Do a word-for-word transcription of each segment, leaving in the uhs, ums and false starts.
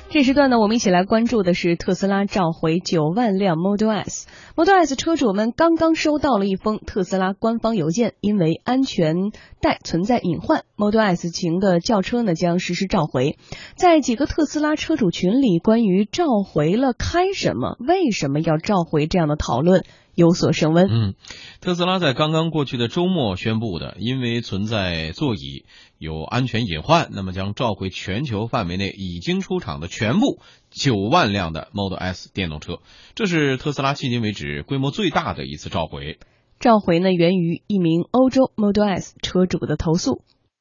这时段呢，我们一起来关注的是特斯拉召回九万辆 Model S。Model S 车主们刚刚收到了一封特斯拉官方邮件，因为安全带存在隐患 ，Model S 型的轿车呢将实施召回。在几个特斯拉车主群里，关于召回了开什么、为什么要召回这样的讨论有所升温。 嗯，特斯拉在刚刚过去的周末宣布的，因为存在座椅有安全隐患，那么将召回全球范围内已经出厂的全部九万辆的 Model S 电动车，这是特斯拉迄今为止规模最大的一次召回。 召回呢源于一名欧洲 Model S 车主的投诉。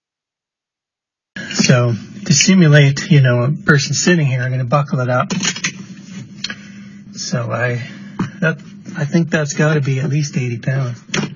So to simulate, you know, a person sitting here, I'm going to buckle it up. So I, that, I think that's got to be at least eighty pounds.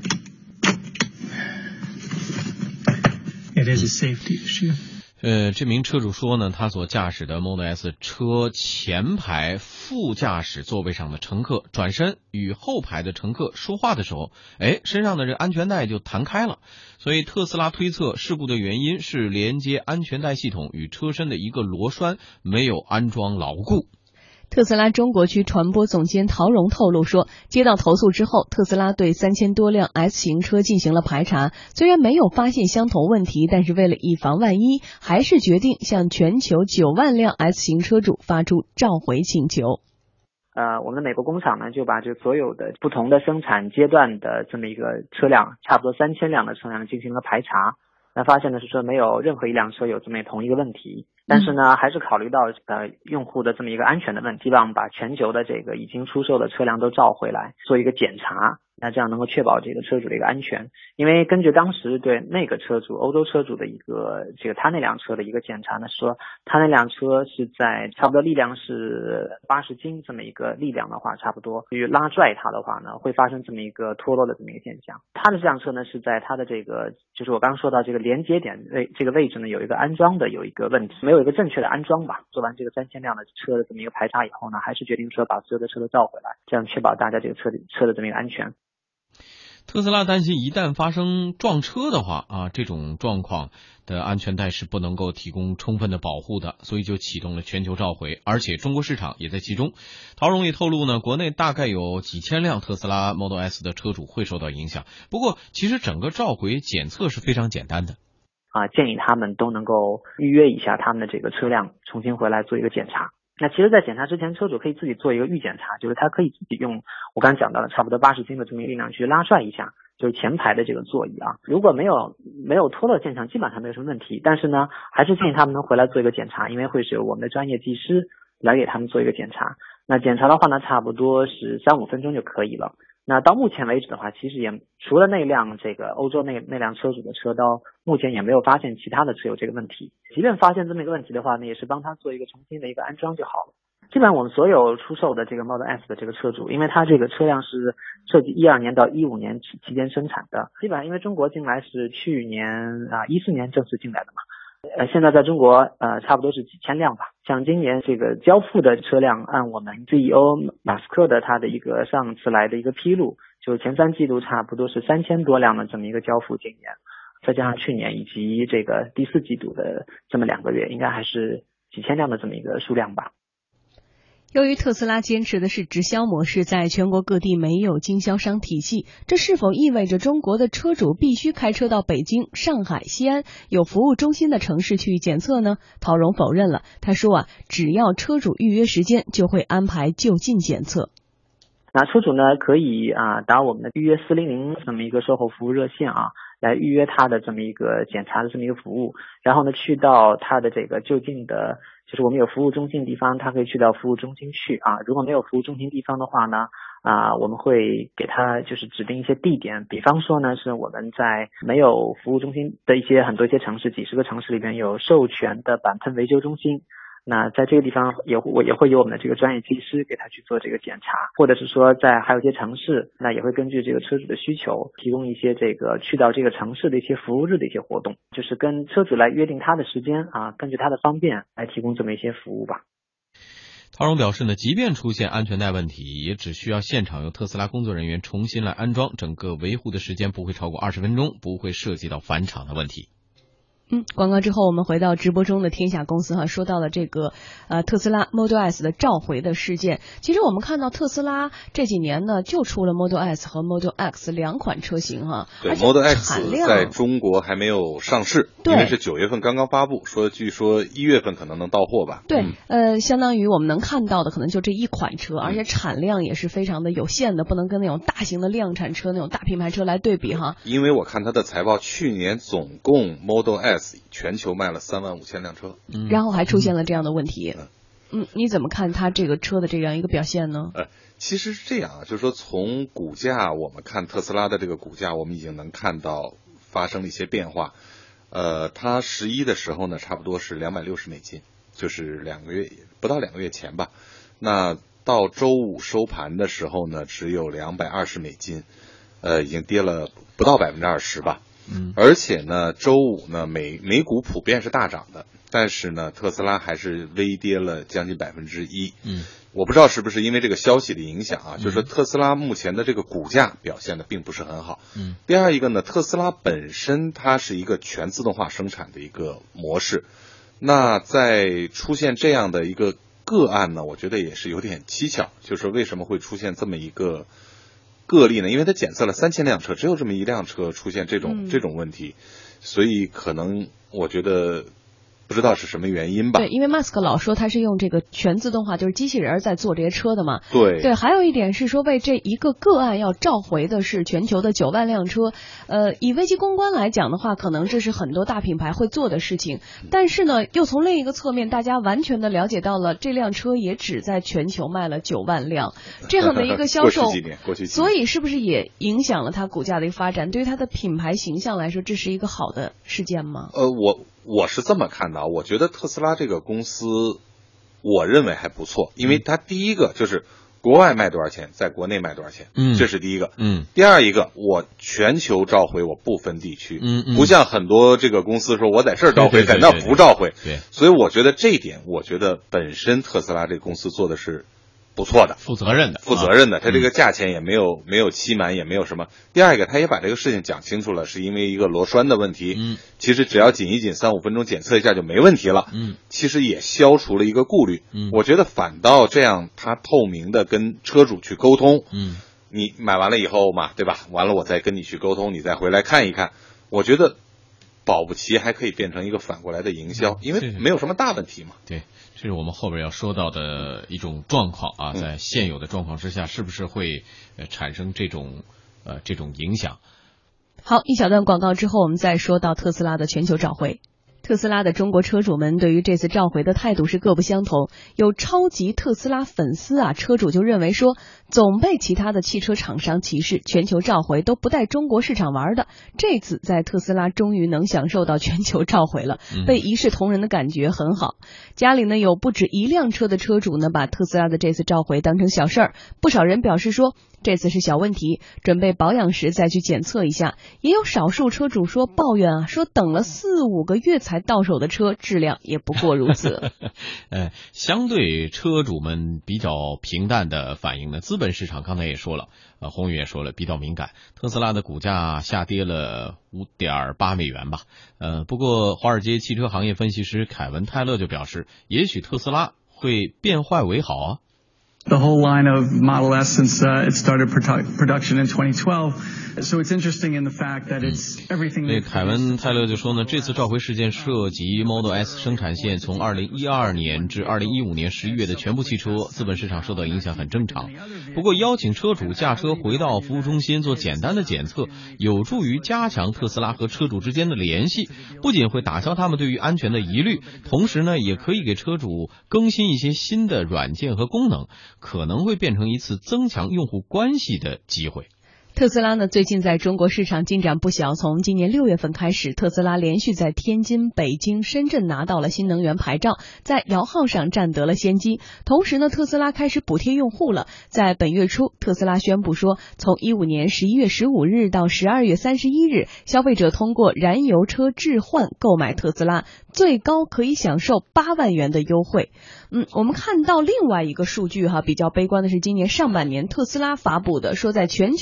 It is a safety issue. 呃，这名车主说呢，他所驾驶的 Model S 车前排副驾驶座位上的乘客转身与后排的乘客说话的时候，哎，身上的这安全带就弹开了。所以特斯拉推测事故的原因是连接安全带系统与车身的一个螺栓没有安装牢固。 特斯拉中国区传播总监陶荣透露说，接到投诉之后，特斯拉对三千多辆 S 型车进行了排查，虽然没有发现相同问题，但是为了以防万一，还是决定向全球九万辆 S 型车主发出召回请求。 呃，我们的美国工厂呢，就把这所有的不同的生产阶段的这么一个车辆，差不多三千辆的车辆进行了排查。那发现的是说没有任何一辆车有这么同一个问题，但是呢，还是考虑到呃用户的这么一个安全的问题，希望把全球的这个已经出售的车辆都召回来做一个检查，那这样能够确保这个车主的一个安全。因为根据当时对那个车主欧洲车主的一个这个他那辆车的一个检查呢，说他那辆车是在差不多力量是八十斤这么一个力量的话，差不多去拉拽它的话呢，会发生这么一个脱落的这么一个现象。他的这辆车呢是在他的这个就是我刚刚说到这个连接点位这个位置呢有一个安装的有一个问题，没有一个正确的安装吧。做完这个三千辆的车的这么一个排查以后呢，还是决定说把所有的车都召回来，这样确保大家这个车车的这么一个安全。 特斯拉担心一旦发生撞车的话啊，这种状况的安全带是不能够提供充分的保护的，所以就启动了全球召回，而且中国市场也在其中。陶荣也透露呢，国内大概有几千辆特斯拉 Model S 的车主会受到影响，不过其实整个召回检测是非常简单的。 啊，建议他们都能够预约一下他们的这个车辆，重新回来做一个检查。那其实在检查之前，车主可以自己做一个预检查，就是他可以自己用我刚才讲到的差不多八十斤的这么一个力量去拉拽一下，就是前排的这个座椅啊，如果没有没有脱落现象，基本上没有什么问题。但是呢，还是建议他们能回来做一个检查，因为会是由我们的专业技师来给他们做一个检查。那检查的话呢，差不多是三五分钟就可以了。那到目前为止的话，其实也除了那辆这个欧洲那那辆车主的车，到目前也没有发现其他的车有这个问题。即便发现这么一个问题的话呢，也是帮他做一个重新的一个安装就好了。基本上我们所有出售的这个 Model S 的这个车主，因为它这个车辆是设计一二年到一五年期期间生产的，基本上因为中国进来是去年啊一四年正式进来的嘛。呃，现在在中国呃差不多是几千辆吧。像今年这个交付的车辆，按我们 C E O 马斯克的他的一个上次来的一个披露，就前三季度差不多是三千多辆的这么一个交付，今年再加上去年以及这个第四季度的这么两个月，应该还是几千辆的这么一个数量吧。 由于特斯拉坚持的是直销模式，在全国各地没有经销商体系，这是否意味着中国的车主必须开车到北京、上海、西安有服务中心的城市去检测呢？陶荣否认了，他说啊，只要车主预约时间，就会安排就近检测。 那车主呢，可以啊打我们的预约四零零这么一个售后服务热线啊，来预约他的这么一个检查的这么一个服务，然后呢，去到他的这个就近的，就是我们有服务中心的地方，他可以去到服务中心去啊。如果没有服务中心地方的话呢，啊，我们会给他就是指定一些地点，比方说呢，是我们在没有服务中心的一些很多一些城市，几十个城市里边有授权的钣喷维修中心。那在这个地方也我也会有我们的这个专业技师给他去做这个检查，或者是说在还有一些城市，那也会根据这个车主的需求提供一些这个去到这个城市的一些服务日的一些活动，就是跟车主来约定他的时间啊，根据他的方便来提供这么一些服务吧。 陶荣表示呢，即便出现安全带问题，也只需要现场由特斯拉工作人员重新来安装，整个维护的时间不会超过二十分钟，不会涉及到返厂的问题。 嗯，广告之后我们回到直播中的天下公司哈，说到了这个呃特斯拉 Model S 的召回的事件。其实我们看到特斯拉这几年呢，就出了 Model S 和 Model X 两款车型哈。 对 ，Model X 在中国还没有上市，因为是九月份刚刚发布，说据说一月份可能能到货吧。 对， 嗯、 呃，相当于我们能看到的可能就这一款车，而且产量也是非常的有限的，不能跟那种大型的量产车、那种大品牌车来对比哈。 因为我看它的财报，去年总共 Model S 全球卖了三万五千辆车， 嗯，然后还出现了这样的问题。嗯，嗯你怎么看它这个车的这样一个表现呢？ 呃，其实是这样啊，就是说从股价，我们看特斯拉的这个股价，我们已经能看到发生了一些变化。呃，它十一的时候呢，差不多是两百六十美金，就是两个月不到两个月前吧。那到周五收盘的时候呢，只有两百二十美金，呃，已经跌了不到百分之二十吧。 嗯， 而且呢，周五呢，美美股普遍是大涨的，但是呢，特斯拉还是微跌了将近百分之一。 嗯， 我不知道是不是因为这个消息的影响啊，嗯、就是说特斯拉目前的这个股价表现的并不是很好。 嗯， 第二一个呢，特斯拉本身它是一个全自动化生产的一个模式，那在出现这样的一个个案呢，我觉得也是有点蹊跷，就是为什么会出现这么一个个例呢？因为他检测了三千辆车，只有这么一辆车出现这种、嗯、这种问题，所以可能我觉得不知道是什么原因吧。 对，因为马斯克老说他是用这个全自动化，就是机器人在做这些车的嘛。 对对，还有一点是说，为这一个个案要召回的是全球的九万辆车。呃，以危机公关来讲的话，可能这是很多大品牌会做的事情。但是呢，又从另一个侧面，大家完全的了解到了这辆车也只在全球卖了九万辆这样的一个销售。 过去几年，过去几年。 所以是不是也影响了它股价的一个发展？对于它的品牌形象来说，这是一个好的事件吗？ 呃，我。我是这么看的，我觉得特斯拉这个公司，我认为还不错，因为它第一个就是国外卖多少钱，在国内卖多少钱， 嗯， 这是第一个， 嗯， 第二一个，我全球召回，我不分地区， 嗯嗯， 不像很多这个公司说我在这儿召回，在那不召回， 对， 所以我觉得这一点，我觉得本身特斯拉这个公司做的是不错的， 负责任的， 负责任的，他这个价钱也没有、嗯、没有欺瞒，也没有什么。第二个，他也把这个事情讲清楚了，是因为一个螺栓的问题。 嗯， 其实只要紧一紧，三五分钟检测一下就没问题了。 嗯， 其实也消除了一个顾虑。 嗯， 我觉得反倒这样，他透明的跟车主去沟通。 嗯， 你买完了以后嘛，对吧？完了我再跟你去沟通，你再回来看一看。我觉得保不齐还可以变成一个反过来的营销，因为没有什么大问题嘛。 对。这是我们后边要说到的一种状况啊，在现有的状况之下，是不是会呃产生这种呃这种影响？ 好，一小段广告之后，我们再说到特斯拉的全球召回。特斯拉的中国车主们对于这次召回的态度是各不相同。有超级特斯拉粉丝啊，车主就认为说，总被其他的汽车厂商歧视，全球召回都不带中国市场玩的。这次在特斯拉终于能享受到全球召回了，被一视同仁的感觉很好。家里呢有不止一辆车的车主呢，把特斯拉的这次召回当成小事儿，不少人表示说，这次是小问题，准备保养时再去检测一下。也有少数车主说抱怨啊，说等了四五个月才到手的车，质量也不过如此。 呃，相对车主们比较平淡的反应呢，资本市场刚才也说了，呃，宏宇也说了，比较敏感。特斯拉的股价下跌了五点八美元吧。呃，不过华尔街汽车行业分析师凯文泰勒就表示，也许特斯拉会变坏为好啊。 The whole line of Model S since uh, it started produ- production in twenty twelve. So it's interesting in the fact that it's everything. 对，凯文泰勒就说呢，这次召回事件涉及 Model S 生产线从二零一二年至二零一五年十一月的全部汽车，资本市场受到影响很正常。不过邀请车主驾车回到服务中心做简单的检测，有助于加强特斯拉和车主之间的联系，不仅会打消他们对于安全的疑虑，同时呢，也可以给车主更新一些新的软件和功能，可能会变成一次增强用户关系的机会。 特斯拉呢，最近在中国市场进展不小。从今年六月份开始，特斯拉连续在天津、北京、深圳拿到了新能源牌照，在摇号上占得了先机。同时呢，特斯拉开始补贴用户了。在本月初，特斯拉宣布说，从一五年十一月十五日到十二月三十一日，消费者通过燃油车置换购买特斯拉，最高可以享受八万元的优惠。嗯，我们看到另外一个数据哈，比较悲观的是今年上半年特斯拉发布的，说在全球的行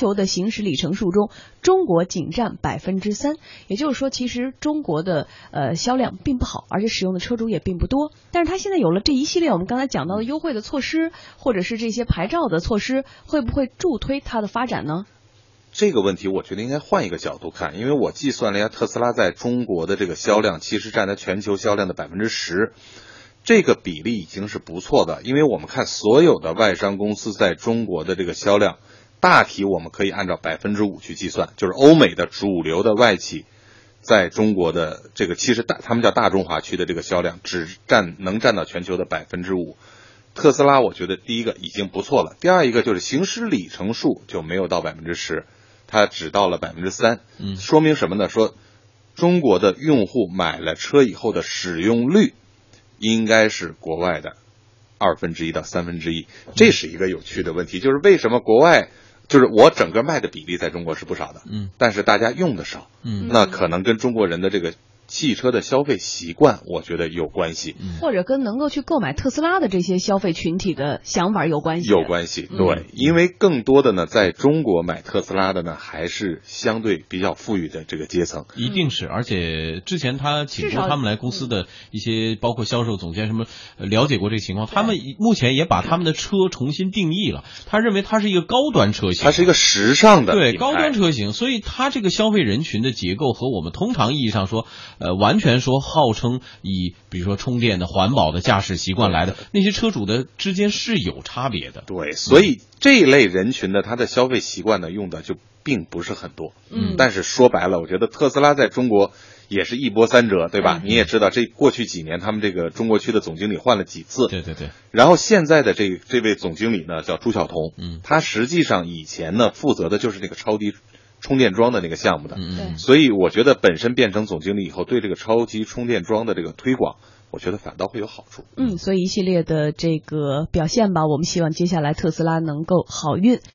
行驶里程数中，中国仅占百分之三。也就是说，其实中国的呃销量并不好，而且使用的车主也并不多。但是它现在有了这一系列我们刚才讲到的优惠的措施，或者是这些牌照的措施，会不会助推它的发展呢？ 这个问题我觉得应该换一个角度看，因为我计算了一下特斯拉在中国的这个销量，其实占它全球销量的百分之十，这个比例已经是不错的。因为我们看所有的外商公司在中国的这个销量，大体我们可以按照百分之五去计算，就是欧美的主流的外企在中国的这个其实大他们叫大中华区的这个销量只占能占到全球的百分之五。特斯拉我觉得第一个已经不错了，第二一个就是行驶里程数就没有到百分之十。它只到了百分之三，嗯，说明什么呢？说中国的用户买了车以后的使用率，应该是国外的二分之一到三分之一，这是一个有趣的问题，就是为什么国外，就是我整个卖的比例在中国是不少的，嗯，但是大家用的少，嗯，那可能跟中国人的这个汽车的消费习惯，我觉得有关系， 或者跟能够去购买特斯拉的这些消费群体的想法有关系。 有关系，对，嗯、因为更多的呢，在中国买特斯拉的呢，还是相对比较富裕的这个阶层， 一定是。而且之前他请过他们来公司的一些，包括销售总监什么，了解过这个情况。他们目前也把他们的车重新定义了，他认为它是一个高端车型， 它是一个时尚的对高端车型，所以它这个消费人群的结构和我们通常意义上说。呃，完全说号称以比如说充电的环保的驾驶习惯来的那些车主的之间是有差别的。 对，所以这一类人群呢，他的消费习惯呢用的就并不是很多。嗯，但是说白了，我觉得特斯拉在中国也是一波三折，对吧？嗯、你也知道，这过去几年他们这个中国区的总经理换了几次。 对对对。 然后现在的这这位总经理呢叫朱晓彤，嗯，他实际上以前呢负责的就是那个超低充电桩的那个项目的，嗯，所以我觉得本身变成总经理以后，对这个超级充电桩的这个推广，我觉得反倒会有好处。 嗯，所以一系列的这个表现吧，我们希望接下来特斯拉能够好运。